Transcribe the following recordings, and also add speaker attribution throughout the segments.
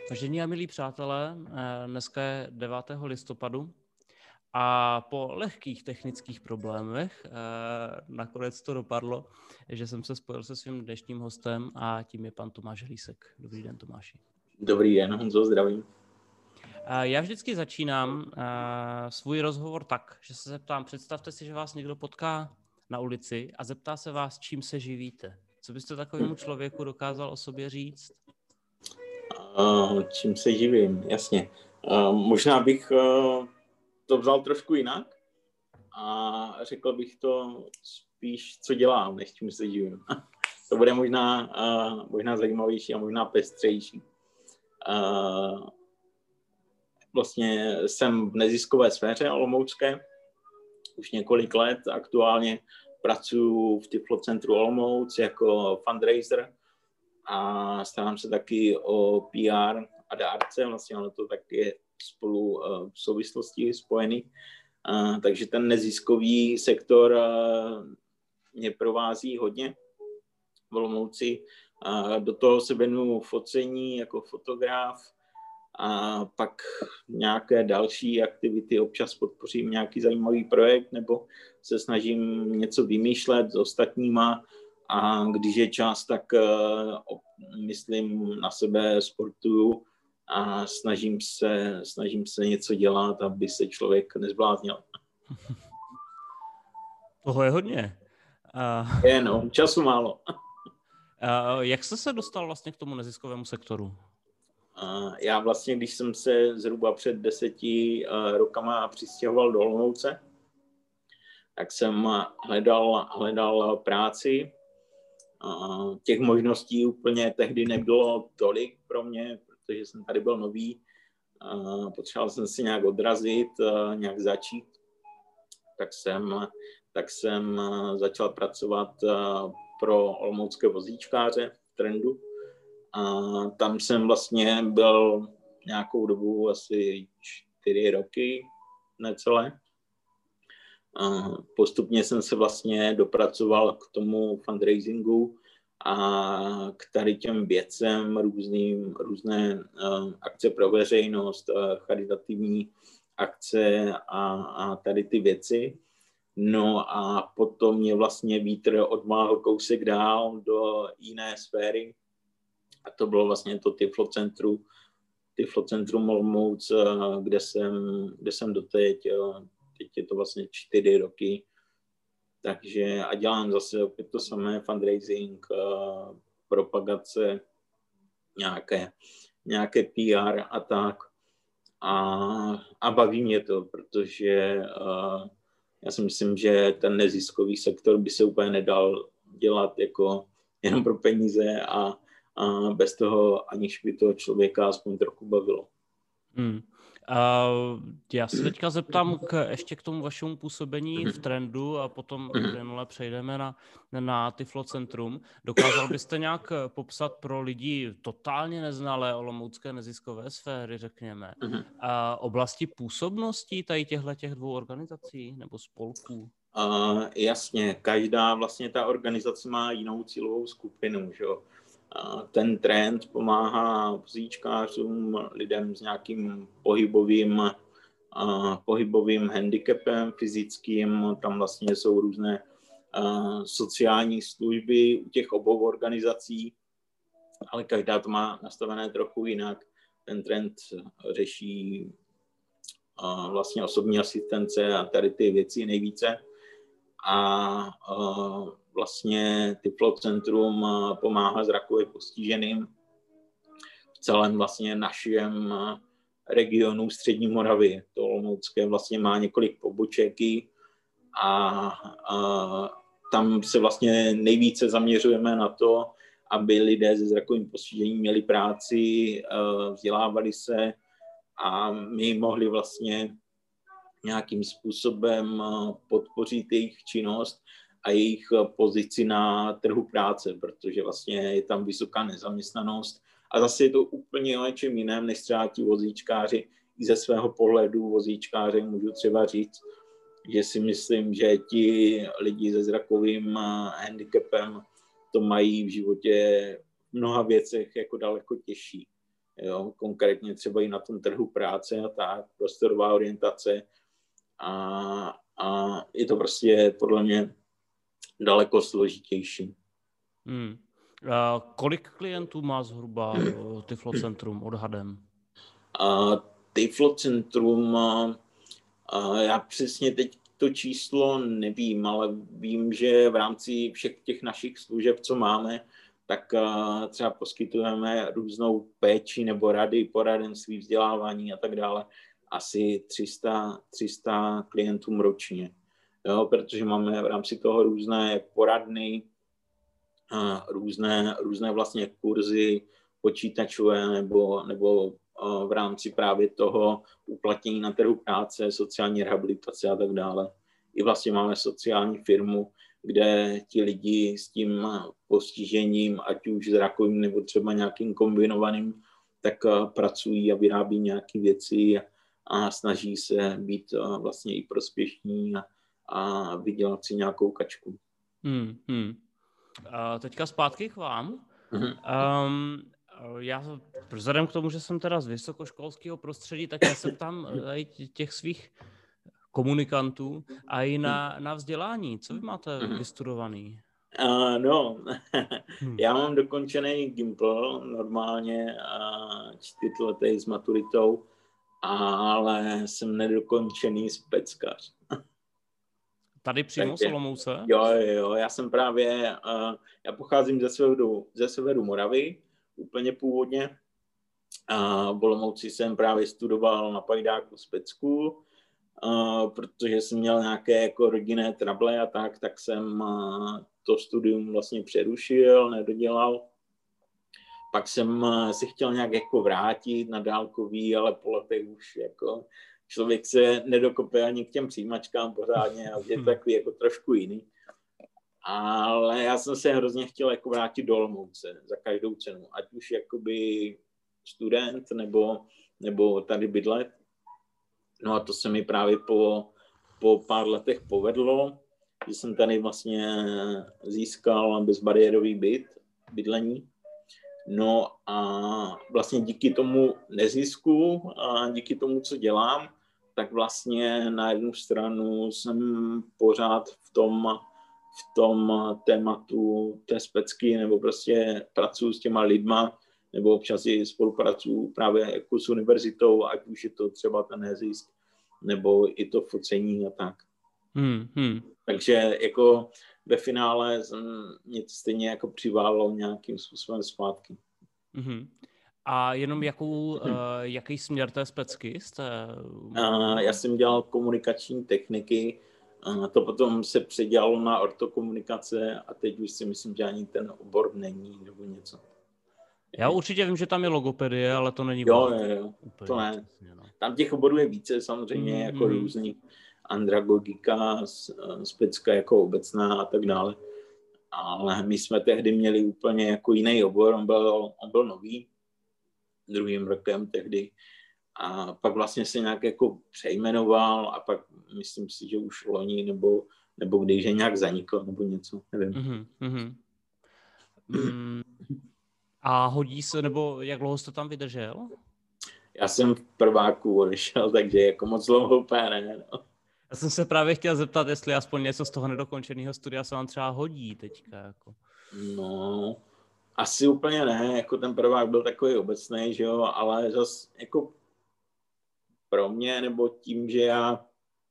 Speaker 1: Vážení a milí přátelé, dneska je 9. listopadu a po lehkých technických problémech nakonec to dopadlo, že jsem se spojil se svým dnešním hostem a tím je pan Tomáš Hlísek. Dobrý den, Tomáši.
Speaker 2: Dobrý den, Honzo, zdravím.
Speaker 1: Já vždycky začínám svůj rozhovor tak, že se zeptám, představte si, že vás někdo potká na ulici a zeptá se vás, čím se živíte. Co byste takovému člověku dokázal o sobě říct?
Speaker 2: Čím se živím, jasně. Možná bych to vzal trošku jinak a řekl bych to spíš, co dělám, než čím se živím. To bude možná zajímavější a možná pestřejší. Vlastně jsem v neziskové sféře olomoucké už několik let. Aktuálně pracuji v Tyflocentru Olomouc jako fundraiser a starám se taky o PR a dárce, vlastně ono to tak je spolu v souvislosti spojený. Takže ten neziskový sektor mě provází hodně v Olomouci. Do toho se věnuju focení jako fotograf a pak nějaké další aktivity, občas podpořím nějaký zajímavý projekt nebo se snažím něco vymýšlet s ostatníma. A když je čas, tak myslím na sebe, sportuju a snažím se něco dělat, aby se člověk nezbláznil.
Speaker 1: Toho je hodně.
Speaker 2: Času málo.
Speaker 1: Jak jste se dostal vlastně k tomu neziskovému sektoru?
Speaker 2: Já vlastně, když jsem se zhruba před 10 rokama přistěhoval do Olomouce, tak jsem hledal práci. Těch možností úplně tehdy nebylo tolik pro mě, protože jsem tady byl nový. Potřeboval jsem si nějak odrazit, nějak začít. Tak jsem začal pracovat pro olomoucké vozíčkáře v Trendu. A tam jsem vlastně byl nějakou dobu, asi 4 roky, necelé. Postupně jsem se vlastně dopracoval k tomu fundraisingu a k tady těm věcem, různé akce pro veřejnost, charitativní akce a tady ty věci. No a potom mě vlastně vítr odmáhl kousek dál do jiné sféry. A to bylo vlastně to Tyflocentrum Olomouc, kde jsem doteď. Teď je to vlastně 4 roky, takže a dělám zase opět to samé, fundraising, propagace, nějaké PR a tak. A baví mě to, protože já si myslím, že ten neziskový sektor by se úplně nedal dělat jako jenom pro peníze a bez toho, aniž by to člověka aspoň trochu bavilo.
Speaker 1: Já se teďka zeptám ještě k tomu vašemu působení v Trendu a potom plynule přejdeme na Tyflocentrum. Dokázal byste nějak popsat pro lidi totálně neznalé olomoucké neziskové sféry, řekněme, oblasti působnosti tady těch 2 organizací nebo spolků?
Speaker 2: Jasně, každá vlastně ta organizace má jinou cílovou skupinu, že jo. Ten trend pomáhá vozíčkářům, lidem s nějakým pohybovým handicapem fyzickým. Tam vlastně jsou různé sociální služby u těch obou organizací, ale každá to má nastavené trochu jinak. Ten trend řeší vlastně osobní asistence a tady ty věci nejvíce. A vlastně Tyflocentrum pomáhá zrakově postiženým v celém vlastně našem regionu Střední Moravy. To olomoucké vlastně má několik poboček a tam se vlastně nejvíce zaměřujeme na to, aby lidé se zrakovým postižením měli práci, vzdělávali se a my mohli vlastně nějakým způsobem podpořit jejich činnost a jejich pozici na trhu práce, protože vlastně je tam vysoká nezaměstnanost. A zase je to úplně o něčem jiném, než třeba ti vozíčkáři. I ze svého pohledu vozíčkáře můžu třeba říct, že si myslím, že ti lidi se zrakovým handicapem to mají v životě v mnoha věcech jako daleko těžší. jo, konkrétně třeba i na tom trhu práce a tak, prostorová orientace a je to prostě podle mě daleko složitější.
Speaker 1: Kolik klientů má zhruba Tyflocentrum odhadem?
Speaker 2: Tyflocentrum, já přesně teď to číslo nevím, ale vím, že v rámci všech těch našich služeb, co máme, tak třeba poskytujeme různou péči nebo rady, poradenství, vzdělávání a tak dále. Asi 300 klientům ročně. Jo, protože máme v rámci toho různé poradny, různé vlastně kurzy počítačové nebo v rámci právě toho uplatnění na trhu práce, sociální rehabilitace a tak dále. I vlastně máme sociální firmu, kde ti lidi s tím postižením, ať už zrakovým nebo třeba nějakým kombinovaným, tak pracují a vyrábí nějaké věci a snaží se být vlastně i prospěšní a vydělat si nějakou kačku.
Speaker 1: Teďka zpátky k vám. Já vzhledem k tomu, že jsem teda z vysokoškolského prostředí, tak já se ptám těch svých komunikantů a i na vzdělání. Co vy máte vystudovaný?
Speaker 2: Já mám dokončený Gimpl, normálně 4letý s maturitou, ale jsem nedokončený speckař.
Speaker 1: Tady přímo z Olomouce?
Speaker 2: Jo, já jsem právě, já pocházím ze severu Moravy, úplně původně. V Olomouci jsem právě studoval na Pajdáku specku, protože jsem měl nějaké jako rodinné trable a tak jsem to studium vlastně přerušil, nedodělal. Pak jsem se chtěl nějak jako vrátit na dálkový, ale po letech už jako člověk se nedokope ani k těm přijímačkám pořádně a je to takový jako trošku jiný. Ale já jsem se hrozně chtěl jako vrátit do Olomouce za každou cenu, ať už jakoby student nebo tady bydlet. No a to se mi právě po pár letech povedlo, že jsem tady vlastně získal bezbariérový bydlení. No a vlastně díky tomu nezisku a díky tomu, co dělám, tak vlastně na jednu stranu jsem pořád v tom tématu té specky, nebo prostě pracuji s těma lidma, nebo občas i spolupracuji právě jako s univerzitou, ať už je to třeba ten nezisk, nebo i to focení a tak. Takže jako ve finále mě to stejně jako přiválo nějakým způsobem zpátky.
Speaker 1: A jenom jaký směr té specky jste?
Speaker 2: Já jsem dělal komunikační techniky, to potom se předělalo na ortokomunikace a teď už si myslím, že ani ten obor není nebo něco.
Speaker 1: Já určitě vím, že tam je logopedie, ale to není
Speaker 2: Jo, to ne. Přesně, no. Tam těch oborů je více samozřejmě, jako různý andragogika, specka jako obecná a tak dále. Ale my jsme tehdy měli úplně jako jiný obor, on byl nový, druhým rokem tehdy. A pak vlastně se nějak jako přejmenoval a pak myslím si, že už loni nebo když je nějak zanikl nebo něco, nevím.
Speaker 1: A hodí se, nebo jak dlouho jste tam vydržel?
Speaker 2: Já jsem v prváku odešel, takže jako moc dlouho úplně ne. No.
Speaker 1: Já jsem se právě chtěl zeptat, jestli aspoň něco z toho nedokončeného studia se vám třeba hodí teďka. Jako.
Speaker 2: No, asi úplně ne, jako ten prvák byl takový obecný, že jo, ale zase jako pro mě, nebo tím, že já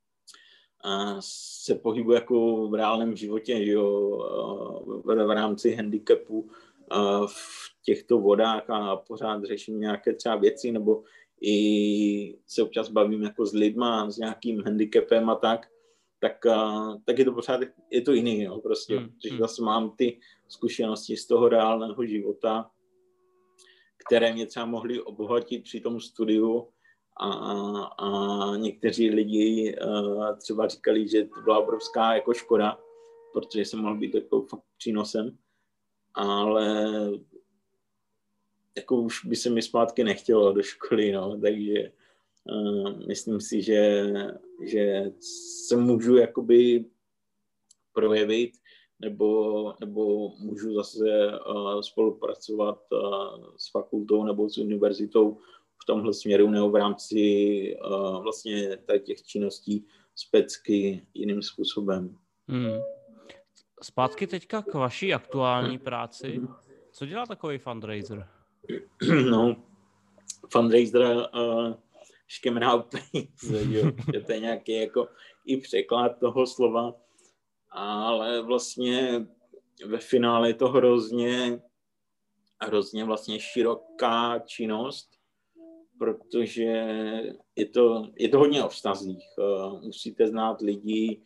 Speaker 2: se pohybuji jako v reálném životě, že jo, v rámci handicapu, v těchto vodách a pořád řeším nějaké třeba věci, nebo i se občas bavím jako s lidma, s nějakým handicapem a tak je to pořád, je to jiný, jo, prostě, protože zase mám ty zkušenosti z toho reálného života, které mě třeba mohly obohatit při tom studiu a někteří lidi třeba říkali, že to byla obrovská jako škoda, protože jsem mohl být jako fakt přínosem, ale jako už by se mi zpátky nechtělo do školy, no, takže myslím si, že se můžu jakoby projevit nebo můžu zase spolupracovat s fakultou nebo s univerzitou v tomhle směru nebo v rámci vlastně tady těch činností specky jiným způsobem.
Speaker 1: Zpátky teďka k vaší aktuální práci. Co dělá takový fundraiser?
Speaker 2: No, fundraiser škemrá peníze, jo. To je nějaký jako i překlad toho slova, ale vlastně ve finále je to hrozně vlastně široká činnost, protože je to hodně o vztazích. Musíte znát lidi,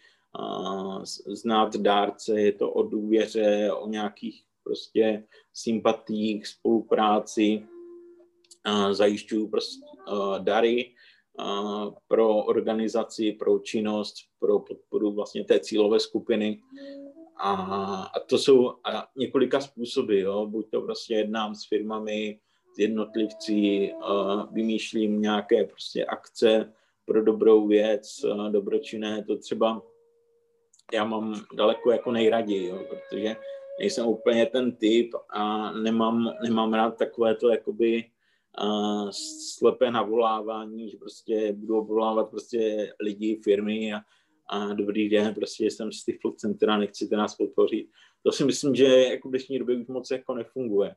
Speaker 2: znát dárce, je to o důvěře, o nějakých prostě sympatiích, spolupráci. Zajišťuju prostě dary pro organizaci, pro činnost, pro podporu vlastně té cílové skupiny. A to jsou několika způsoby, jo. Buď to prostě jednám s firmami, s jednotlivci, vymýšlím nějaké prostě akce pro dobrou věc, dobročinné, to třeba já mám daleko jako nejraději, jo, protože nejsem úplně ten typ a nemám rád takové to jakoby slepé navolávání, že prostě budu obvolávat prostě lidi, firmy a dobrý den, prostě jsem z Tiflo Centra, nechcete nás podpořit. To si myslím, že jako v dnešní době už moc jako nefunguje.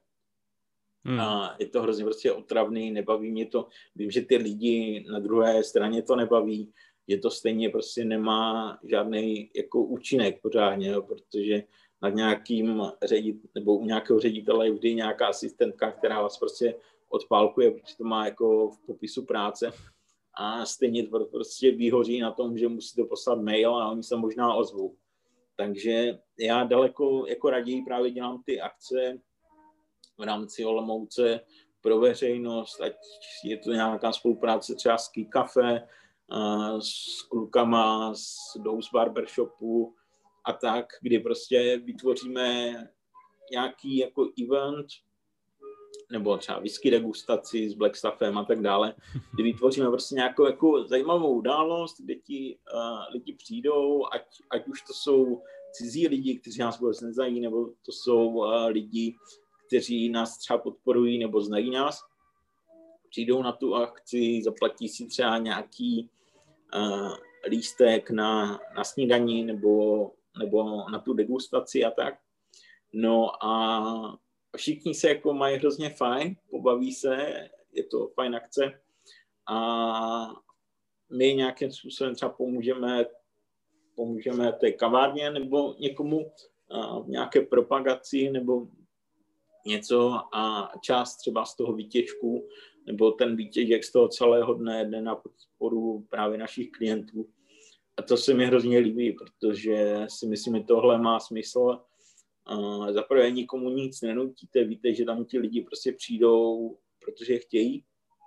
Speaker 2: A je to hrozně prostě otravný, nebaví mě to. Vím, že ty lidi na druhé straně to nebaví, že to stejně prostě nemá žádný jako účinek pořádně, jo, protože nad nějakým nebo u nějakého ředitele je vždy nějaká asistentka, která vás prostě odpálkuje, protože to má jako v popisu práce a stejně to prostě vyhoří na tom, že musíte poslat mail a oni se možná ozvou. Takže já daleko jako raději právě dělám ty akce v rámci Olomouce pro veřejnost, ať je to nějaká spolupráce třeba s Key Cafe, s klukama z Dose Barbershopu a tak, kdy prostě vytvoříme nějaký jako event, nebo třeba whisky degustaci s Black Staffem a tak dále, kdy vytvoříme prostě nějakou jako zajímavou událost, kde ti lidi přijdou, ať už to jsou cizí lidi, kteří nás vůbec neznají, nebo to jsou lidi, kteří nás třeba podporují nebo znají nás, přijdou na tu akci, zaplatí si třeba nějaký lístek na snídani nebo na tu degustaci a tak. No a všichni se jako mají hrozně fajn, pobaví se, je to fajn akce a my nějakým způsobem třeba pomůžeme té kavárně nebo někomu v nějaké propagaci nebo něco a část třeba z toho výtěžku nebo ten výtěžek z toho celého dne jde na podporu právě našich klientů. A to se mi hrozně líbí, protože si myslím, že tohle má smysl. Zaprvé nikomu nic nenutíte, víte, že tam ti lidi prostě přijdou, protože chtějí.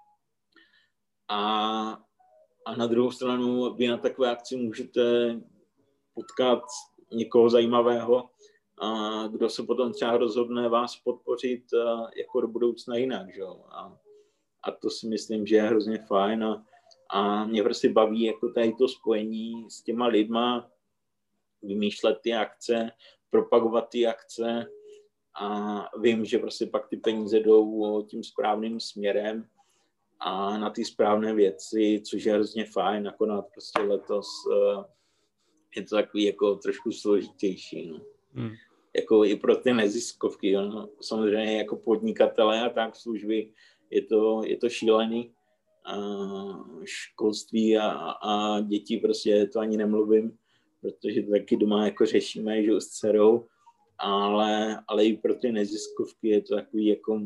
Speaker 2: A na druhou stranu vy na takové akci můžete potkat někoho zajímavého, kdo se potom třeba rozhodne vás podpořit jako do budoucna jinak. Že? A to si myslím, že je hrozně fajn a mě prostě baví jako tady to spojení s těma lidma, vymýšlet ty akce, propagovat ty akce a vím, že prostě pak ty peníze jdou tím správným směrem a na ty správné věci, což je hrozně fajn, akorát prostě letos je to takový jako trošku složitější, no. Jako i pro ty neziskovky, no. Samozřejmě jako podnikatelé a tak služby je to šílený. Školství a děti prostě to ani nemluvím, protože to taky doma jako řešíme, že s dcerou, ale i pro ty neziskovky je to takový jako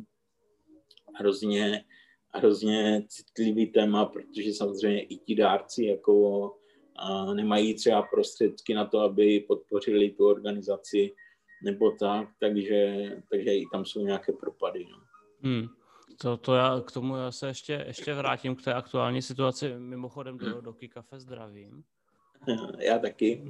Speaker 2: hrozně citlivý téma, protože samozřejmě i ti dárci jako nemají třeba prostředky na to, aby podpořili tu organizaci nebo tak, takže i tam jsou nějaké propady. No.
Speaker 1: To já k tomu já se ještě vrátím k té aktuální situaci. Mimochodem do Key Cafe zdravím.
Speaker 2: Já taky.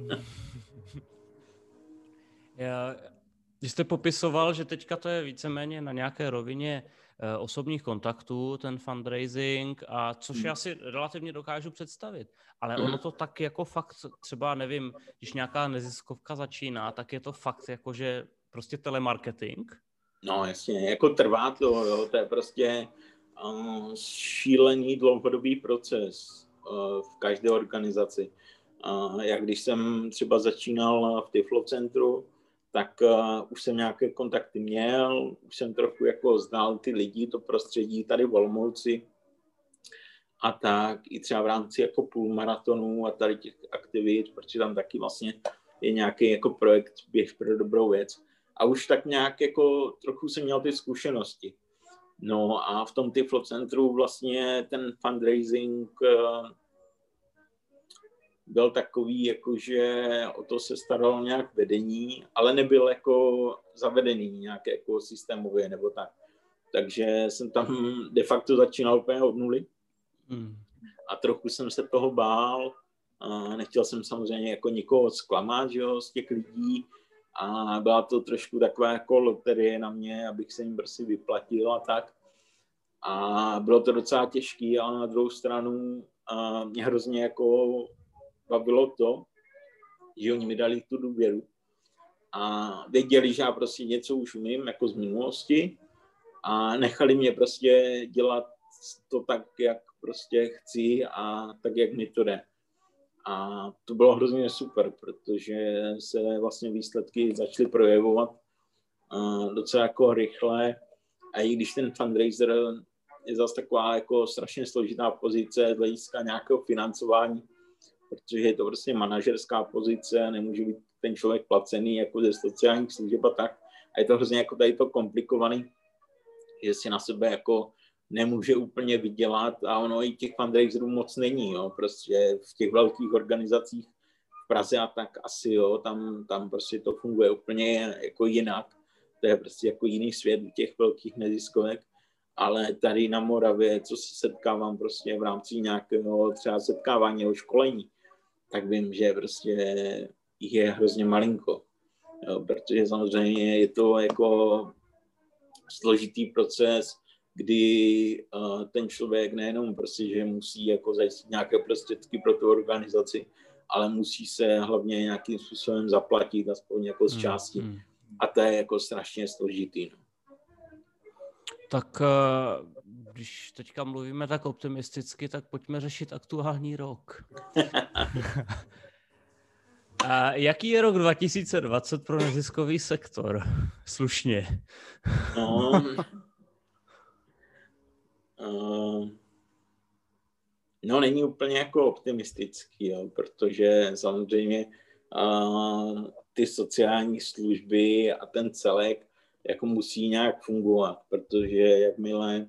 Speaker 1: Když jste popisoval, že teďka to je víceméně na nějaké rovině osobních kontaktů, ten fundraising, a což já si relativně dokážu představit. Ale ono to tak jako fakt, třeba nevím, když nějaká neziskovka začíná, tak je to fakt jakože prostě telemarketing.
Speaker 2: No jasně, jako trvá to, jo, to je prostě šílený dlouhodobý proces v každé organizaci. Jak když jsem třeba začínal v Tiflo centru, tak už jsem nějaké kontakty měl, už jsem trochu jako znal ty lidi, to prostředí tady v Olomouci a tak i třeba v rámci jako půlmaratonů a tady těch aktivit, protože tam taky vlastně je nějaký jako projekt Běh pro dobrou věc. A už tak nějak jako trochu jsem měl ty zkušenosti. No a v tom Tiflo centru vlastně ten fundraising byl takový, jakože o to se staralo nějak vedení, ale nebyl jako zavedený nějak jako systémově nebo tak. Takže jsem tam de facto začínal úplně od nuly a trochu jsem se toho bál. Nechtěl jsem samozřejmě jako nikoho zklamat, že jo, z těch lidí, a byla to trošku taková jako loterie na mě, abych se jim prostě vyplatil a tak. A bylo to docela těžké, ale na druhou stranu mě hrozně jako bavilo to, že oni mi dali tu důvěru a věděli, že já prostě něco už umím jako z minulosti a nechali mě prostě dělat to tak, jak prostě chci a tak, jak mi to jde. A to bylo hrozně super, protože se vlastně výsledky začaly projevovat docela jako rychle. A i když ten fundraiser je zase taková jako strašně složitá pozice z hlediska nějakého financování, protože je to prostě manažerská pozice, nemůže být ten člověk placený jako ze sociálních služeb a tak. A je to hrozně jako tady to komplikovaný, že si na sebe jako nemůže úplně vydělat a ono i těch fundraiserů moc není, jo. Prostě v těch velkých organizacích v Praze a tak asi, jo, tam prostě to funguje úplně jako jinak. To je prostě jako jiný svět u těch velkých neziskovek, ale tady na Moravě, co se setkávám prostě v rámci nějakého třeba setkávání nebo školení, tak vím, že prostě jich je hrozně malinko, jo, protože samozřejmě je to jako složitý proces, kdy ten člověk nejenom prostě, že musí jako zajistit nějaké prostředky pro tu organizaci, ale musí se hlavně nějakým způsobem zaplatit, aspoň jako z části. A to je jako strašně složitý. No.
Speaker 1: Tak když teďka mluvíme tak optimisticky, tak pojďme řešit aktuální rok. A jaký je rok 2020 pro neziskový sektor? Slušně.
Speaker 2: No, není úplně jako optimistický, jo, protože samozřejmě ty sociální služby a ten celek jako musí nějak fungovat, protože jakmile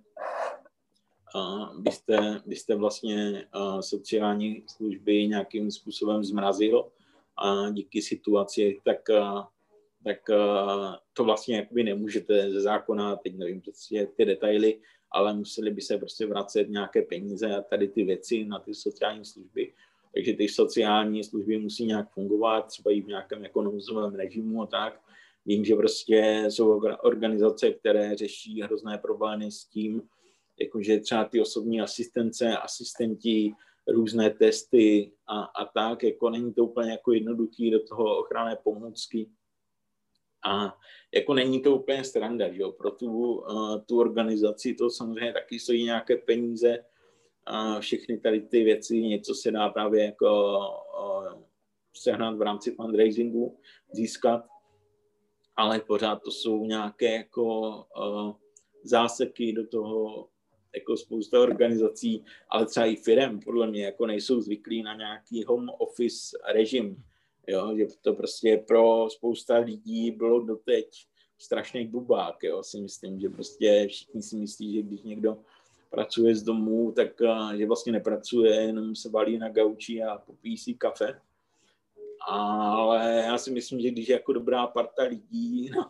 Speaker 2: byste vlastně sociální služby nějakým způsobem zmrazil a díky situaci, tak to vlastně jakoby nemůžete ze zákona, teď nevím prostě ty detaily, ale museli by se prostě vracet nějaké peníze a tady ty věci na ty sociální služby. Takže ty sociální služby musí nějak fungovat, třeba i v nějakém jako nouzovém režimu a tak. Vím, že prostě jsou organizace, které řeší hrozné problémy s tím, jakože třeba ty osobní asistence, asistenti, různé testy a tak, jako není to úplně jako jednoduchý do toho ochranné pomůcky. A jako není to úplně sranda, že jo? Pro tu organizaci to samozřejmě taky stojí nějaké peníze, všechny tady ty věci, něco se dá právě jako sehnat v rámci fundraisingu, získat, ale pořád to jsou nějaké jako záseky do toho, jako spousta organizací, ale třeba i firem, podle mě, jako nejsou zvyklí na nějaký home office režim, jo, že to prostě pro spousta lidí bylo doteď strašný bubák, jo, si myslím, že prostě všichni si myslí, že když někdo pracuje z domu, tak že vlastně nepracuje, jenom se valí na gauči a popíjí si kafe. Ale já si myslím, že když je jako dobrá parta lidí, no,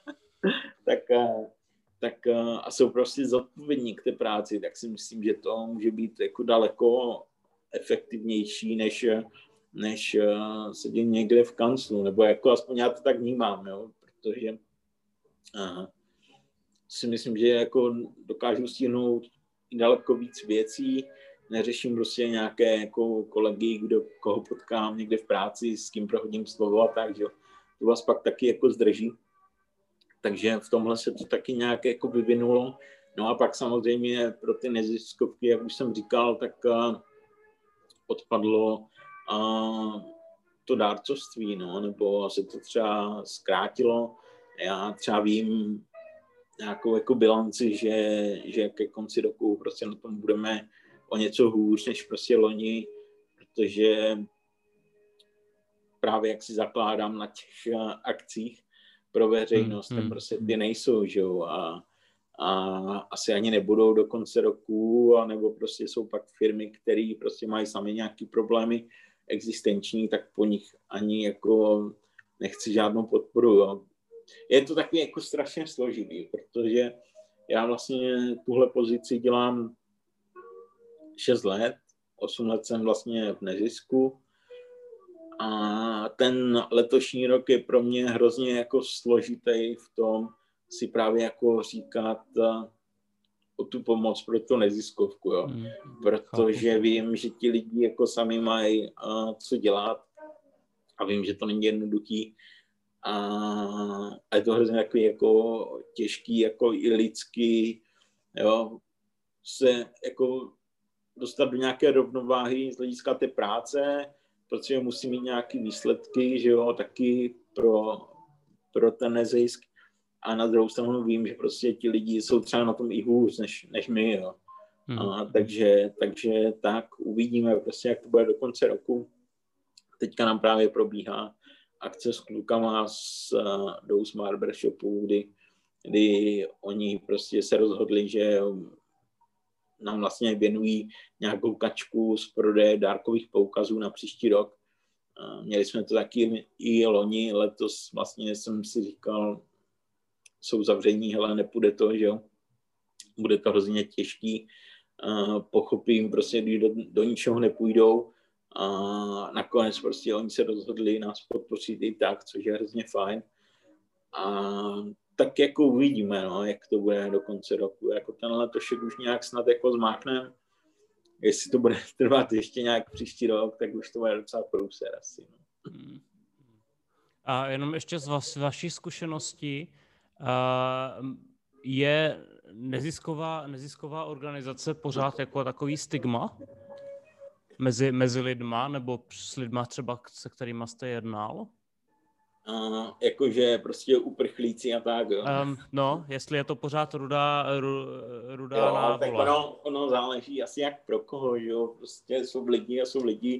Speaker 2: tak a jsou prostě zodpovědní k té práci, tak si myslím, že to může být jako daleko efektivnější, než sedět někde v kanclu, nebo jako aspoň já to tak vnímám, jo, protože si myslím, že jako dokážu stihnout daleko víc věcí, neřeším prostě nějaké jako kolegy, koho potkám někde v práci, s kým prohodím slovo a tak, že to vás pak taky jako zdrží. Takže v tomhle se to taky nějak jako vyvinulo. No a pak samozřejmě pro ty neziskovky, jak už jsem říkal, tak odpadlo to dárcovství, no, nebo se to třeba zkrátilo. Já třeba vím nějakou jako bilanci, že ke konci roku prostě na tom budeme o něco hůř než prostě loni, protože právě jak si zakládám na těch akcích pro veřejnost, tak prostě ty nejsou, že jo, a asi ani nebudou do konce roku, anebo prostě jsou pak firmy, které prostě mají sami nějaký problémy existenční, tak po nich ani jako nechci žádnou podporu, jo. Je to taky jako strašně složitý, protože já vlastně tuhle pozici dělám 6 let, 8 let jsem vlastně v nezisku a ten letošní rok je pro mě hrozně jako složitý v tom si právě jako říkat o tu pomoc pro tu neziskovku, jo. Protože vím, že ti lidi jako sami mají co dělat a vím, že to není jednoduchý a je to hrozně takový jako těžký, jako i lidský, jo, se jako dostat do nějaké rovnováhy z hlediska té práce, protože musí mít nějaké výsledky, že jo, taky pro ten nezisk. A na druhou stranu vím, že prostě ti lidi jsou třeba na tom i hůř než my, jo. Takže tak uvidíme prostě, jak to bude do konce roku. Teďka nám právě probíhá akce s klukama z Dose Barbershopu, kdy oni prostě se rozhodli, že nám vlastně věnují nějakou kačku z prodeje dárkových poukazů na příští rok. Měli jsme to taky i loni, letos vlastně jsem si říkal, jsou zavření, hele, nepůjde to, že jo. Bude to hrozně těžký. Pochopím prostě, když do ničeho nepůjdou. A nakonec prostě oni se rozhodli nás podpořit i tak, což je hrozně fajn. A tak jako uvidíme, no, jak to bude do konce roku. Jako ten letošek už nějak snad jako zmáknem. Jestli to bude trvat ještě nějak příští rok, tak už to bude docela průser asi. No.
Speaker 1: A jenom ještě z vaší zkušenosti, je nezisková organizace pořád jako takový stigma mezi lidma, nebo s lidma třeba, se kterýma jste jednal?
Speaker 2: Jakože prostě uprchlíci a tak, jo.
Speaker 1: No, jestli je to pořád rudá
Speaker 2: jo,
Speaker 1: návula.
Speaker 2: Tak ono záleží asi jak pro koho, že jo. Prostě jsou lidi a jsou lidi.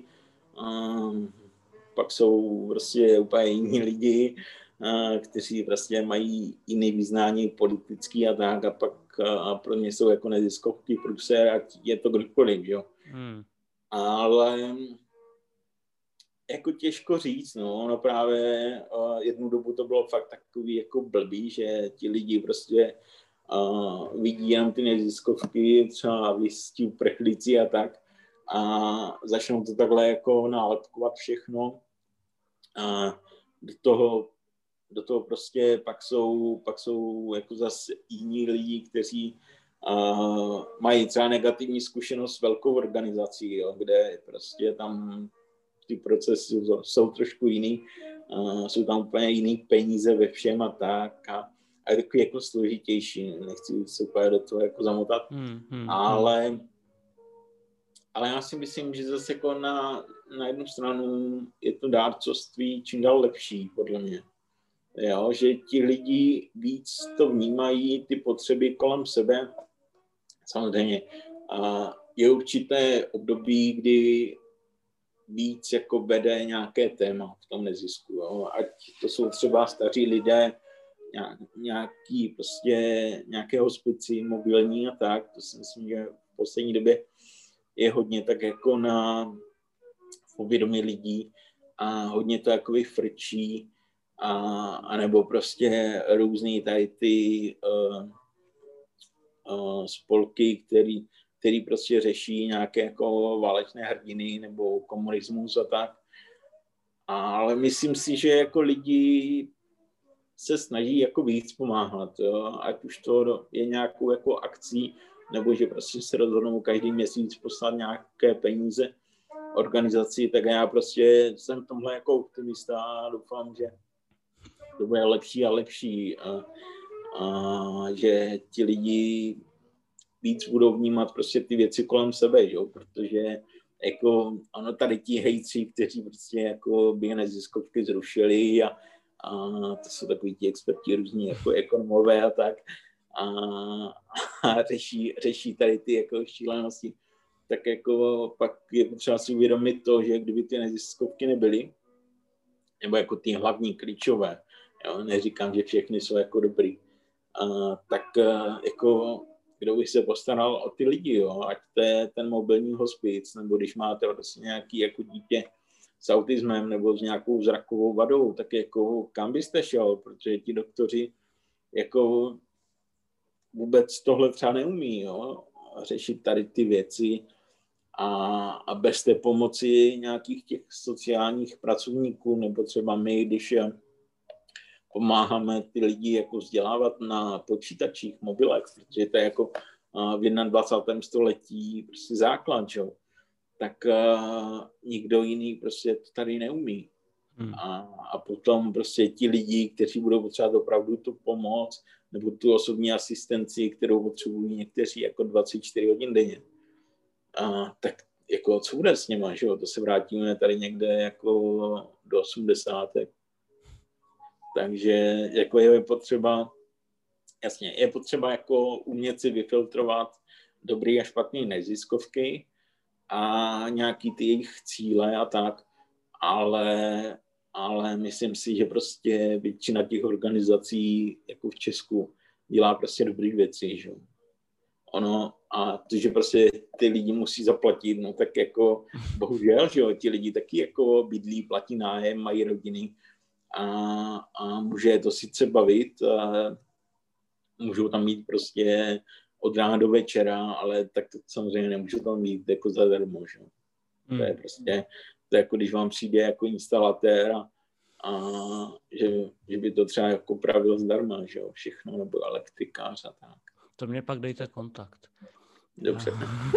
Speaker 2: Pak jsou prostě úplně jiní lidi, kteří prostě mají jiný vyznání politický a tak a pak pro ně jsou jako neziskovky průser, ať je to kdokoliv, jo. Ale jako těžko říct, no právě jednu dobu to bylo fakt takový jako blbý, že ti lidi prostě vidí jenom ty neziskovky, třeba vystí uprchlíci a tak a začnou to takhle jako nálepkovat všechno a do toho prostě pak jsou jako zase jiní lidi, kteří mají třeba negativní zkušenost s velkou organizací, jo, kde prostě tam ty procesy jsou trošku jiný, jsou tam úplně jiný peníze ve všem a tak a je takový jako složitější, nechci se úplně do toho jako zamotat, ale já si myslím, že zase jako na jednu stranu je to dárcovství čím dál lepší, podle mě. Jo, že ti lidi víc to vnímají, ty potřeby kolem sebe. Samozřejmě je určité období, kdy víc jako vede nějaké téma v tom nezisku. Jo. Ať to jsou třeba staří lidé, nějaké hospici, mobilní a tak. To si myslím, že v poslední době je hodně tak jako v povědomí lidí a hodně to jako frčí a nebo prostě různý tady ty spolky, který prostě řeší nějaké jako válečné hrdiny nebo komunismus a tak. Ale myslím si, že jako lidi se snaží jako víc pomáhat, jo? Ať už to je nějakou jako akcí, nebo že prostě se rozhodnou každý měsíc poslat nějaké peníze organizaci, tak já prostě jsem v tomhle jako optimista a doufám, že to bude lepší a lepší a že ti lidi víc budou vnímat prostě ty věci kolem sebe, jo? Protože jako ano, tady ti hejtři, kteří prostě jako by neziskovky zrušili a to jsou takový ti experti různí jako ekonomové a tak a řeší tady ty jako šílenosti, tak jako pak je potřeba si uvědomit to, že kdyby ty neziskovky nebyly, nebo jako ty hlavní klíčové, jo, neříkám, že všechny jsou jako dobrý, tak jako kdo by se postaral o ty lidi, jo, ať to je ten mobilní hospic, nebo když máte vlastně nějaký jako dítě s autismem nebo s nějakou zrakovou vadou, tak jako kam byste šel, protože ti doktoři jako vůbec tohle třeba neumí, jo, řešit tady ty věci a bez té pomoci nějakých těch sociálních pracovníků, nebo třeba my, když pomáháme ty lidi jako vzdělávat na počítačích, mobilech, protože to je jako v 21. století prostě základ, čo? Tak nikdo jiný prostě to tady neumí. A potom prostě ti lidi, kteří budou potřebovat opravdu tu pomoc nebo tu osobní asistenci, kterou potřebují někteří jako 24 hodin denně, tak jako co bude s něma, že jo? To se vrátíme tady někde jako do 80. Takže jako je potřeba, jasně, je potřeba jako umět si vyfiltrovat dobrý a špatný neziskovky a nějaký ty jejich cíle a tak, ale myslím si, že prostě většina těch organizací jako v Česku dělá prostě dobrý věci, že ono a to, že prostě ty lidi musí zaplatit, no tak jako bohužel, že jo, ti lidi taky jako bydlí, platí nájem, mají rodiny a může je to sice bavit, můžou tam mít prostě od rána do večera, ale tak to samozřejmě nemůžou tam mít jako zadarmo, že? To je prostě, to je jako když vám přijde jako instalatér a že by to třeba jako pravil zdarma, že jo, všechno, nebo elektrikář a tak.
Speaker 1: To mě pak dejte kontakt.
Speaker 2: Dobře.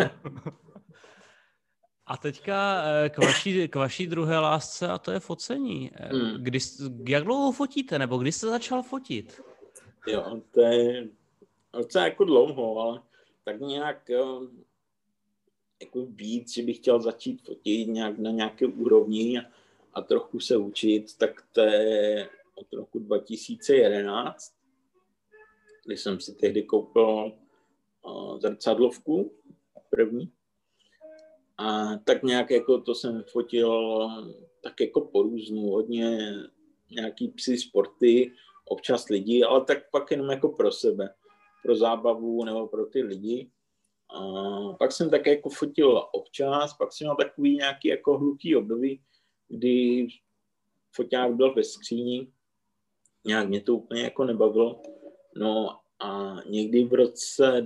Speaker 1: A teďka k vaší druhé lásce, a to je focení. Jak dlouho fotíte, nebo kdy jste začal fotit?
Speaker 2: Jo, to je docela jako dlouho, ale tak nějak jako víc, že bych chtěl začít fotit nějak na nějaké úrovni a trochu se učit, tak to je od roku 2011, kdy jsem si tehdy koupil zrcadlovku první. A tak nějak jako to jsem fotil tak jako po různu, hodně nějaký psy sporty, občas lidi, ale tak pak jenom jako pro sebe, pro zábavu nebo pro ty lidi. A pak jsem také jako fotil občas, pak jsem měl takový nějaký jako hluký období, kdy foťák byl ve skříni, nějak mě to úplně jako nebavilo. No a někdy v roce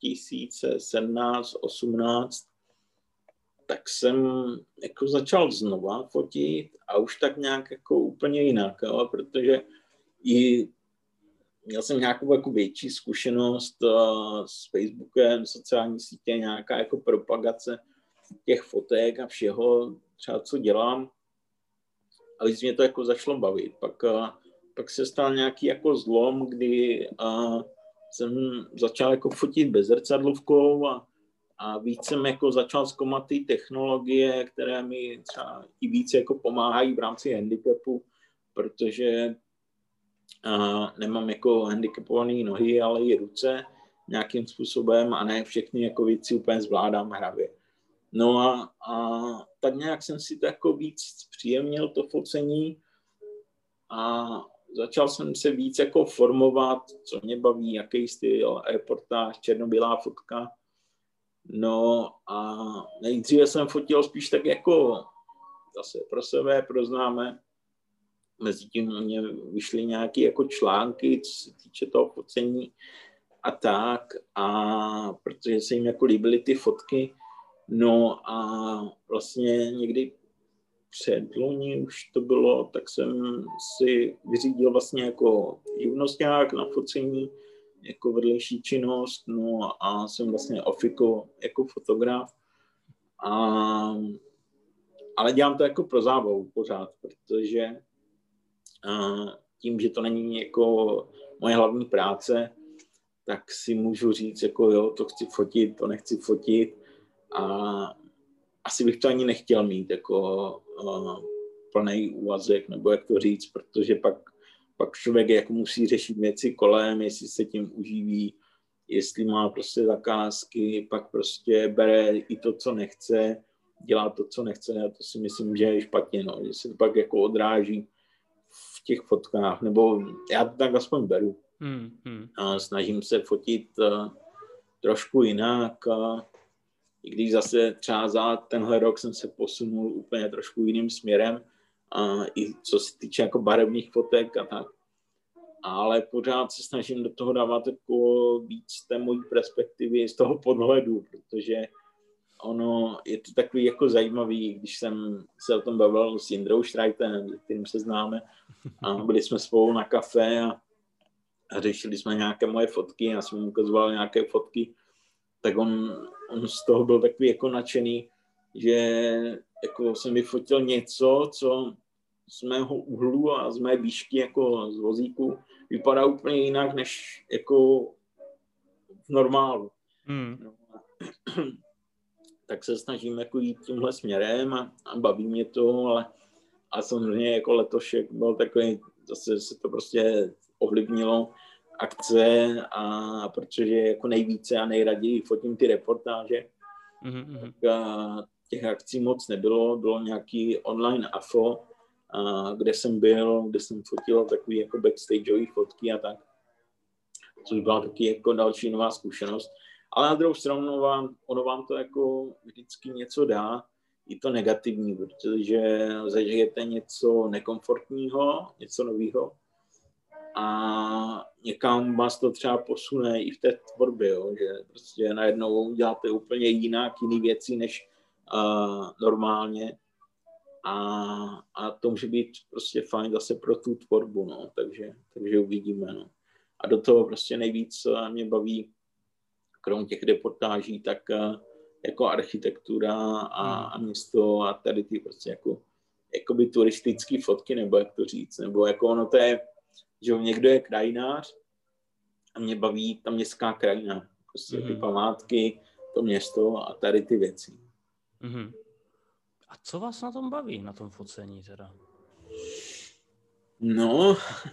Speaker 2: 2017-18 tak jsem jako začal znova fotit a už tak nějak jako úplně jinak, jo, protože měl jsem nějakou jako větší zkušenost s Facebookem, sociální sítě, nějaká jako propagace těch fotek a všeho, třeba co dělám. A když mě to jako začalo bavit, pak se stal nějaký jako zlom, kdy jsem začal jako fotit bez zrcadlovkou a víc jsem jako začal zkoumat ty technologie, které mi třeba i víc jako pomáhají v rámci handicapu, protože nemám jako handicapované nohy, ale i ruce nějakým způsobem a ne všechny jako věci úplně zvládám hravě. No a tak nějak jsem si to jako víc příjemnil to focení a začal jsem se víc jako formovat, co mě baví, jaký styl, reportáž, černobílá fotka. No a nejdříve jsem fotil spíš tak jako zase pro sebe, pro známé. Mezitím mě vyšly nějaké jako články, co se týče toho focení a tak. A protože se jim jako líbily ty fotky. No a vlastně někdy předloni už to bylo, tak jsem si vyřídil vlastně jako živnosťák na focení, jako vedlejší činnost, no a jsem vlastně ofiko jako fotograf. Ale dělám to jako pro zábavu pořád, protože tím, že to není jako moje hlavní práce, tak si můžu říct, jako jo, to chci fotit, to nechci fotit a asi bych to ani nechtěl mít jako plný úvazek, nebo jak to říct, protože pak člověk jako musí řešit věci kolem, jestli se tím uživí, jestli má prostě zakázky, pak prostě bere i to, co nechce, dělá to, co nechce, a to si myslím, že je špatně, no, že se to pak jako odráží v těch fotkách, nebo já to tak aspoň beru. A snažím se fotit trošku jinak, i když zase třeba za tenhle rok jsem se posunul úplně trošku jiným směrem, i co se týče jako barevných fotek a tak. Ale pořád se snažím do toho dávat jako víc té mojí perspektivy z toho podhledu, protože ono je to takový jako zajímavý, když jsem se o tom bavil s Jindrou Štrajtem, s kterým se známe, a byli jsme spolu na kafe a řešili jsme nějaké moje fotky, já jsem mu ukazoval nějaké fotky, tak on z toho byl takový jako nadšený, že jako jsem vyfotil něco, co z mého úhlu a z mé výšky jako z vozíku vypadá úplně jinak, než jako v normálu. No, tak se snažím jako jít tímhle směrem a baví mě to, ale samozřejmě jako letošek byl takový, zase se to prostě ovlivnilo akce, a protože jako nejvíce a nejraději fotím ty reportáže, tak těch akcí moc nebylo, bylo nějaký online AFO, kde jsem fotil takový jako backstageový fotky a tak, což byla taky jako další nová zkušenost. Ale na druhou stranu ono vám to jako vždycky něco dá, i to negativní, protože zažijete něco nekomfortního, něco nového a někam vás to třeba posune i v té tvorbě, jo, že prostě najednou děláte úplně jinak, jiné věci než normálně a to může být prostě fajn zase pro tu tvorbu, no, takže uvidíme, no. A do toho prostě nejvíc mě baví, krom těch reportáží, tak jako architektura a město a tady ty prostě jakoby turistické fotky, nebo jak to říct, nebo jako ono to je, že někdo je krajinář a mě baví ta městská krajina, prostě ty památky, to město a tady ty věci.
Speaker 1: A co vás na tom baví, na tom focení teda?
Speaker 2: No,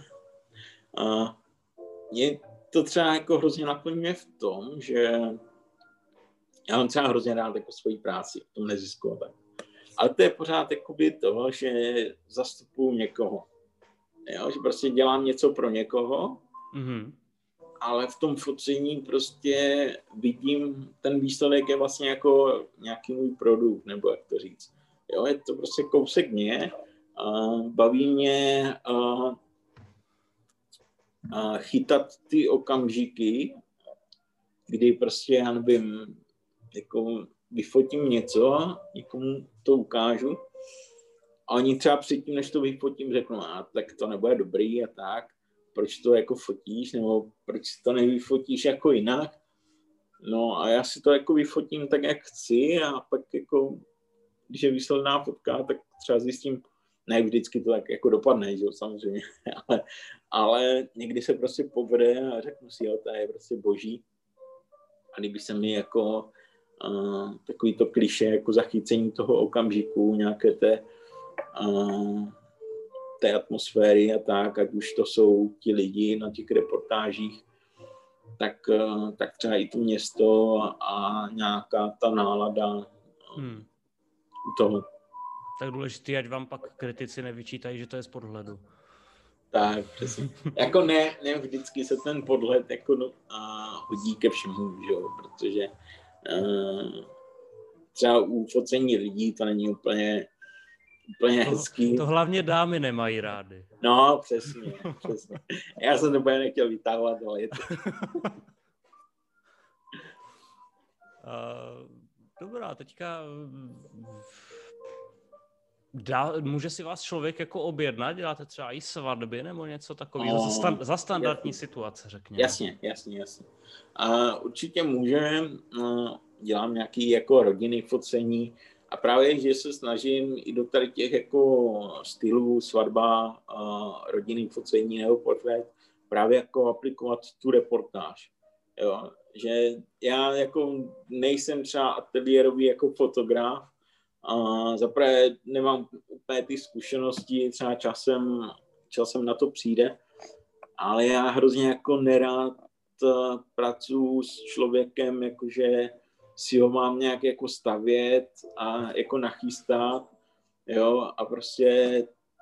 Speaker 2: mě to třeba jako hrozně naplňuje v tom, že já mám třeba hrozně rád jako svoji práci, v tom neziskové. Ale to je pořád jakoby to, že zastupuju někoho. Jo? Že prostě dělám něco pro někoho, ale v tom focení prostě vidím, ten výsledek je vlastně jako nějaký můj produkt, nebo jak to říct. Jo? Je to prostě kousek mě, baví mě chytat ty okamžiky, kdy prostě, já nevím, jako vyfotím něco, někomu to ukážu a oni třeba předtím, než to vyfotím, řeknou, tak to nebude dobrý a tak, proč to jako fotíš, nebo proč to nevyfotíš jako jinak. No a já si to jako vyfotím tak, jak chci a pak jako, když je výsledná fotka, tak třeba zjistím, ne vždycky to tak jako dopadne, že jo, samozřejmě, ale někdy se prostě povede a řeknu si, jo, to je prostě boží. A kdyby se mi jako takový to klišé, jako zachycení toho okamžiku, nějaké té atmosféry a tak, ať už to jsou ti lidi na těch reportážích, tak třeba i to město a nějaká ta nálada toho.
Speaker 1: Tak důležitý, ať vám pak kritici nevyčítají, že to je z podhledu.
Speaker 2: Tak, přesně. Jako ne vždycky se ten podhled jako hodí ke všemu, že jo, protože třeba u focení lidí to není úplně hezký.
Speaker 1: To hlavně dámy nemají rády.
Speaker 2: No, přesně. Já jsem to úplně nechtěl vytáhovat, ale je to.
Speaker 1: Dobrá, teďka Může si vás člověk jako objednat? Děláte třeba i svatby nebo něco takového za standardní situace, řekněme.
Speaker 2: Jasně. A určitě může, dělám nějaký jako rodinný focení a právě, že se snažím i do tady těch jako stylů svatba, rodinný focení nebo portrét právě jako aplikovat tu reportáž. Jo? Že já jako nejsem třeba ateliérový jako fotograf, zaprvé nemám úplně ty zkušenosti, třeba časem na to přijde, ale já hrozně jako nerád pracuji s člověkem, jakože si ho mám nějak jako stavět a jako nachystat, jo, a prostě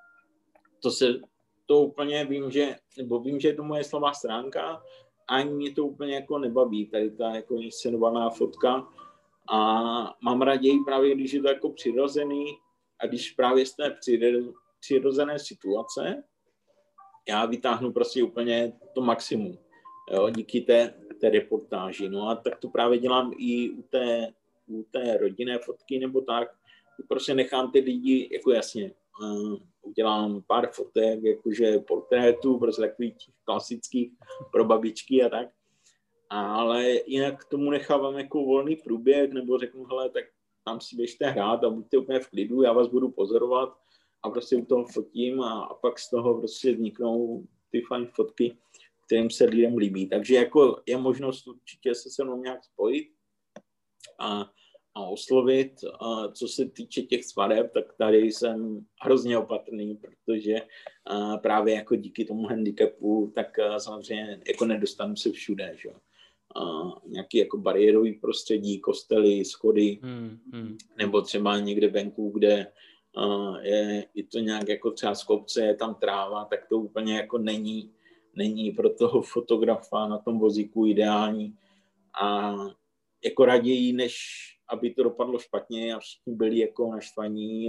Speaker 2: to úplně vím, že je to moje slabá stránka, ani mě to úplně jako nebaví, tady ta jako inscenovaná fotka. A mám raději právě, když je to jako přirozený a když právě z té přirozené situace já vytáhnu prostě úplně to maximum, jo, díky té reportáži. No a tak to právě dělám i u té rodinné fotky nebo tak. Prostě nechám ty lidi, jako jasně, udělám pár fotek, jakože portrétů, prostě takových klasických pro babičky a tak. Ale jinak k tomu nechávám jako volný průběh, nebo řeknu, hele, tak tam si běžte hrát a buďte úplně v klidu, já vás budu pozorovat a prostě u toho fotím a pak z toho prostě vzniknou ty fajn fotky, kterým se lidem líbí. Takže jako je možnost určitě se mnou nějak spojit a oslovit. Co se týče těch svadeb, tak tady jsem hrozně opatrný, protože právě jako díky tomu handicapu, tak samozřejmě jako nedostanu se všude, že? Nějaký jako bariérový prostředí, kostely, schody, nebo třeba někde venku, kde je to nějak jako třeba z kopce, je tam tráva, tak to úplně jako není pro toho fotografa na tom vozíku ideální. A jako raději, než aby to dopadlo špatně a všichni byli jako naštvaní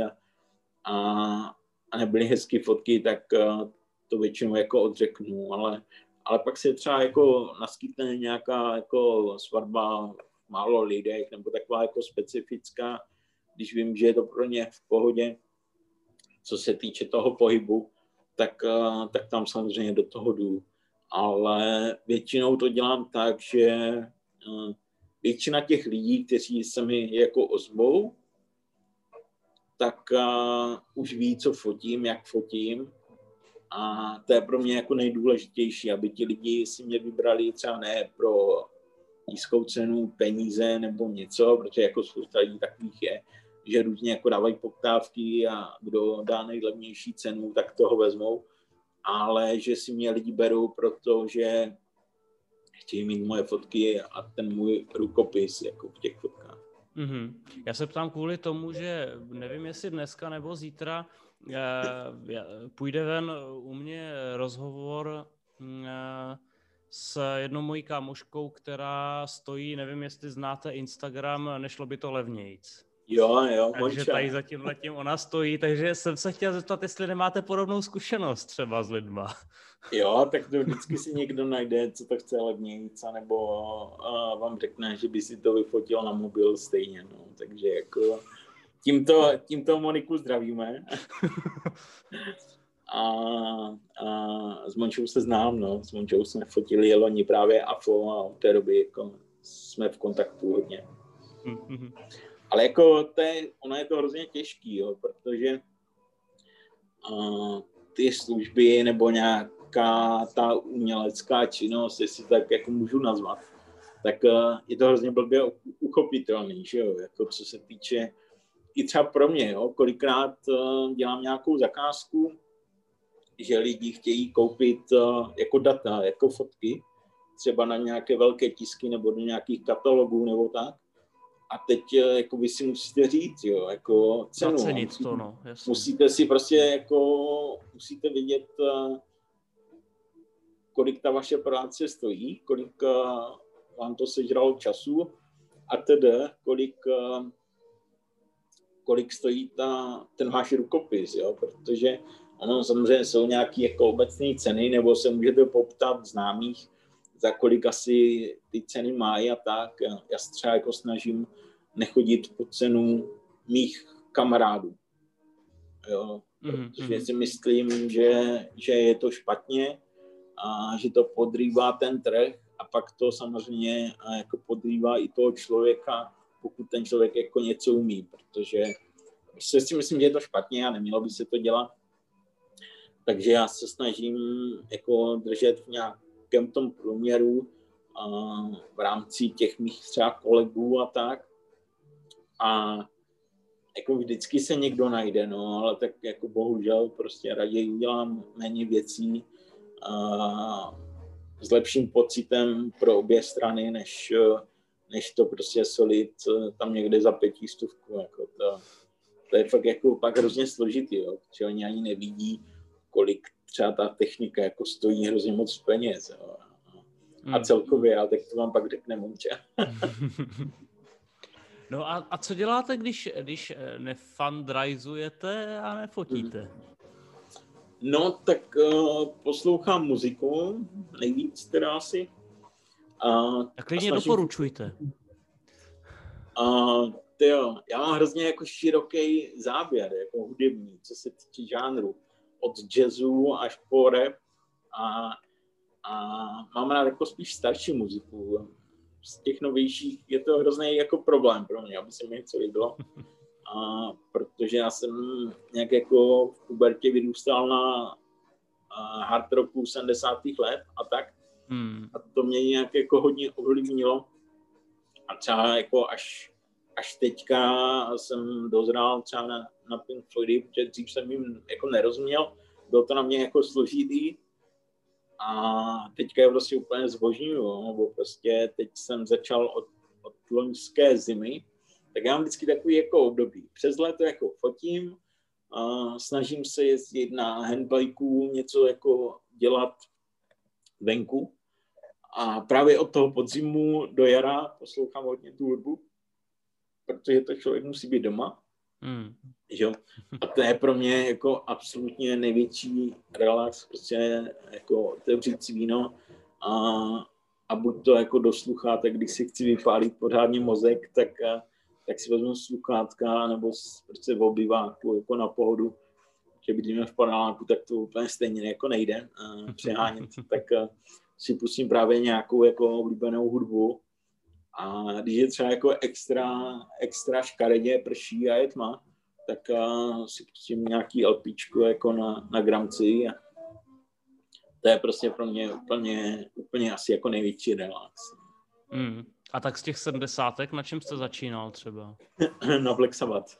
Speaker 2: a nebyly hezké fotky, tak to většinou jako odřeknu, ale pak se třeba jako naskytne nějaká jako svatba v málo lidech nebo taková jako specifická, když vím, že je to pro ně v pohodě, co se týče toho pohybu, tak tam samozřejmě do toho jdu. Ale většinou to dělám tak, že většina těch lidí, kteří se mi jako ozvou, tak už ví, co fotím, jak fotím. A to je pro mě jako nejdůležitější, aby ti lidi si mě vybrali třeba ne pro nízkou cenu, peníze nebo něco, protože jako spousta lidí takových je, že různě jako dávají poptávky a kdo dá nejlevnější cenu, tak toho vezmou. Ale že si mě lidi berou, protože chtějí mít moje fotky a ten můj rukopis jako v těch fotkách.
Speaker 1: Mm-hmm. Já se ptám kvůli tomu, že nevím, jestli dneska nebo zítra půjde ven u mě rozhovor s jednou mojí kámoškou, která stojí, nevím, jestli znáte Instagram, Nešlo by to levnějc.
Speaker 2: Jo,
Speaker 1: takže tady za tímhletím ona stojí, takže jsem se chtěl zeptat, jestli nemáte podobnou zkušenost třeba s lidma.
Speaker 2: Jo, tak to vždycky si někdo najde, co to chce levnějc, nebo vám řekne, že by si to vyfotil na mobil stejně, no. Takže jako tímto Moniku zdravíme. A s Mončou se znám, no. S Mončou jsme fotili loni právě AFO a od té doby jako jsme v kontaktu hodně. Ale jako ono je to hrozně těžký, jo, protože ty služby nebo nějaká ta umělecká činnost, jestli tak jako můžu nazvat, tak je to hrozně blbě uchopitelný, že jo, jako co se týče i třeba pro mě, jo, kolikrát dělám nějakou zakázku, že lidi chtějí koupit jako data, jako fotky, třeba na nějaké velké tisky nebo do nějakých katalogů nebo tak. A teď jako vy si musíte říct, jo, jako cenu.
Speaker 1: Zacenit to, no, jasně.
Speaker 2: Musíte si prostě jako, musíte vědět, kolik ta vaše práce stojí, kolik vám to sežralo času a tedy kolik stojí ten váš rukopis, jo, protože ono samozřejmě jsou nějaké jako obecné ceny, nebo se můžete poptat známých, za kolik asi ty ceny mají a tak. Já se třeba jako snažím nechodit po cenu mých kamarádů. Jo? Protože si myslím, že je to špatně a že to podrývá ten trh a pak to samozřejmě jako podrývá i toho člověka, pokud ten člověk jako něco umí, protože si myslím, že je to špatně a nemělo by se to dělat. Takže já se snažím jako držet v nějakém tom průměru v rámci těch mých třeba kolegů a tak. A jako vždycky se někdo najde, no, ale tak jako bohužel prostě raději udělám méně věcí s lepším pocitem pro obě strany, než to prostě solit tam někde za 500. Jako to je fakt jako pak hrozně složitý, jo, protože oni ani nevidí, kolik třeba ta technika jako stojí hrozně moc peněz. Jo. A celkově, ale tak to vám pak řekne Monča.
Speaker 1: No a co děláte, když nefundraizujete a nefotíte?
Speaker 2: No, tak poslouchám muziku, nejvíc teda asi.
Speaker 1: Tak klidně doporučujte.
Speaker 2: Jo, já mám hrozně jako široký záběr, jako hudební, co se týče žánru. Od jazzu až po rap a mám rád jako spíš starší muziku. Z těch novějších je to hrozný jako problém pro mě, aby se mi něco líbilo. Protože já jsem nějak jako v pubertě vyrůstal na hard rocku 70. let a tak. A to mě nějak jako hodně ovlivnilo. A třeba jako až teďka jsem dozrál třeba na Pink Floydy, protože dřív jsem jim jako nerozuměl. Bylo to na mě jako složitý. A teďka je prostě úplně zbožňuju, nebo prostě teď jsem začal od loňské zimy, tak já mám vždycky takový jako období. Přes léto jako fotím, snažím se jezdit na handbajku, něco jako dělat venku. A právě od toho podzimu do jara poslouchám hodně tu hudbu, protože to člověk musí být doma. Že? A to je pro mě jako absolutně největší relax, prostě jako otevřít si víno a buď to jako do sluchátek, když si chci vypálit pořádně mozek, tak si vezmu sluchátka nebo prostě v obyváku jako na pohodu. Když bydlíme v paneláku, tak to úplně stejně jako nejde přehánět, tak si pustím právě nějakou jako oblíbenou hudbu. A když je třeba jako extra škaredě, prší a je tma, tak si pustím nějaký LPčko jako na gramci. A to je prostě pro mě úplně asi jako největší relax.
Speaker 1: A tak z těch 70, na čem jste začínal třeba?
Speaker 2: Na Black Sabbath.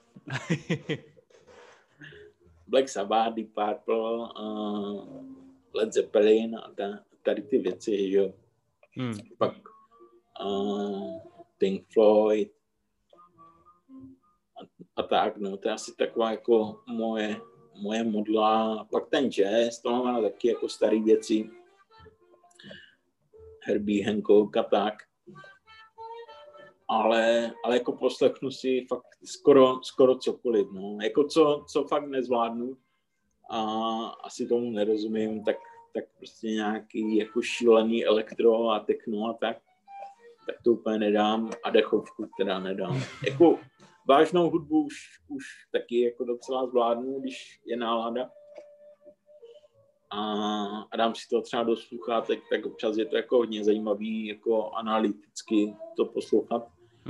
Speaker 2: Black Sabbath, Deep Purple, Led Zeppelin a tady ty věci, že jo. Pak Pink Floyd a tak, no, to je asi taková jako moje modla. Pak ten jazz, to mám taky jako staré věci. Herbie Hancock a tak. Ale jako poslechnu si fakt skoro cokoliv, no. Jako co fakt nezvládnu a asi tomu nerozumím, tak prostě nějaký jako šílený elektro a techno a tak to úplně nedám a dechovku teda nedám. Jako vážnou hudbu už taky jako docela zvládnu, když je nálada. A dám si to třeba do sluchátek, tak občas je to jako hodně zajímavý, jako analyticky to poslouchat.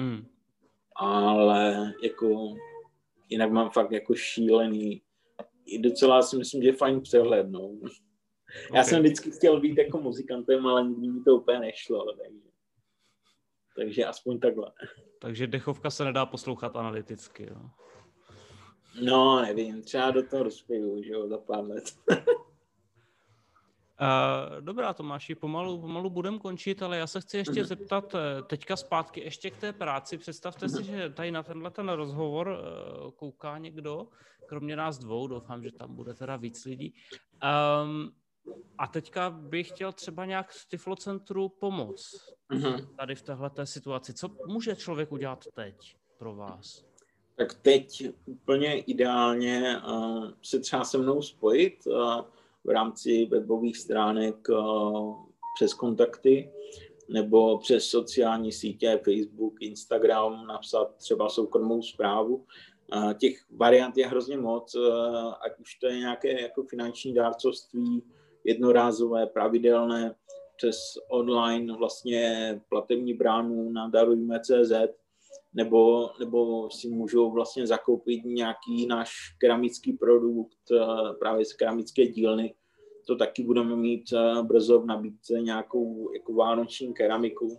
Speaker 2: Ale jako jinak mám fakt jako šílený, i docela si myslím, že fajn přehled, no. Já jsem vždycky chtěl být jako muzikantem, ale nikdy mi to úplně nešlo, takže aspoň takhle.
Speaker 1: Takže dechovka se nedá poslouchat analyticky, jo?
Speaker 2: No, nevím, třeba do toho rozpěju, že jo, za pár let.
Speaker 1: Dobrá, Tomáši, pomalu budeme končit, ale já se chci ještě zeptat teďka zpátky ještě k té práci. Představte si, že tady na ten rozhovor kouká někdo, kromě nás dvou, doufám, že tam bude teda víc lidí. A teďka bych chtěl třeba nějak v Tyflocentru pomoct tady v téhleté situaci. Co může člověk udělat teď pro vás?
Speaker 2: Tak teď úplně ideálně se třeba se mnou spojit v rámci webových stránek přes kontakty nebo přes sociální sítě, Facebook, Instagram, napsat třeba soukromou zprávu. Těch variant je hrozně moc, ať už to je nějaké jako finanční dárcovství, jednorázové, pravidelné, přes online vlastně platební bránu na darujme.cz, nebo si můžou vlastně zakoupit nějaký náš keramický produkt právě z keramické dílny. To taky budeme mít brzo v nabídce nějakou jako vánoční keramiku.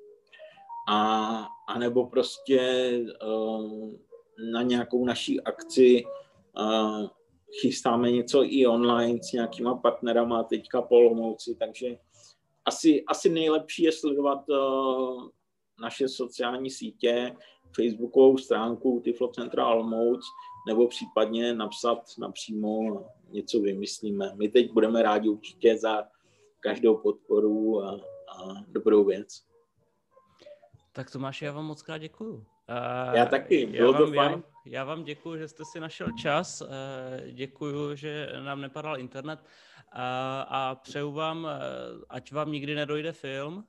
Speaker 2: A nebo prostě na nějakou naší akci chystáme něco i online s nějakýma partnerama teďka po Olomouci, takže asi nejlepší je sledovat naše sociální sítě, facebookovou stránku Tiflo Centra Olomouc, nebo případně napsat napřímo, něco vymyslíme. My teď budeme rádi určitě za každou podporu a dobrou věc.
Speaker 1: Tak Tomáši, já vám moc krát děkuju.
Speaker 2: Já taky, bylo to fajn.
Speaker 1: Já vám děkuju, že jste si našel čas, děkuju, že nám nepadal internet a přeju vám, ať vám nikdy nedojde film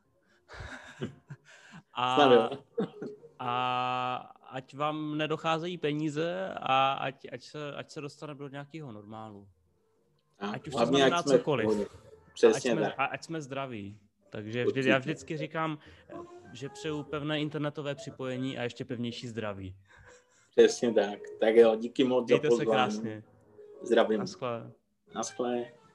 Speaker 1: a ať vám nedocházejí peníze a ať se dostaneme do nějakého normálu. Ať už to znamená cokoliv. Ať jsme zdraví. Takže já vždycky říkám, že přeju pevné internetové připojení a ještě pevnější zdraví.
Speaker 2: Přesně tak. Tak jo, díky moc za pozvání.
Speaker 1: Mějte se krásně.
Speaker 2: Zdravím.
Speaker 1: Naschle.
Speaker 2: Naschle.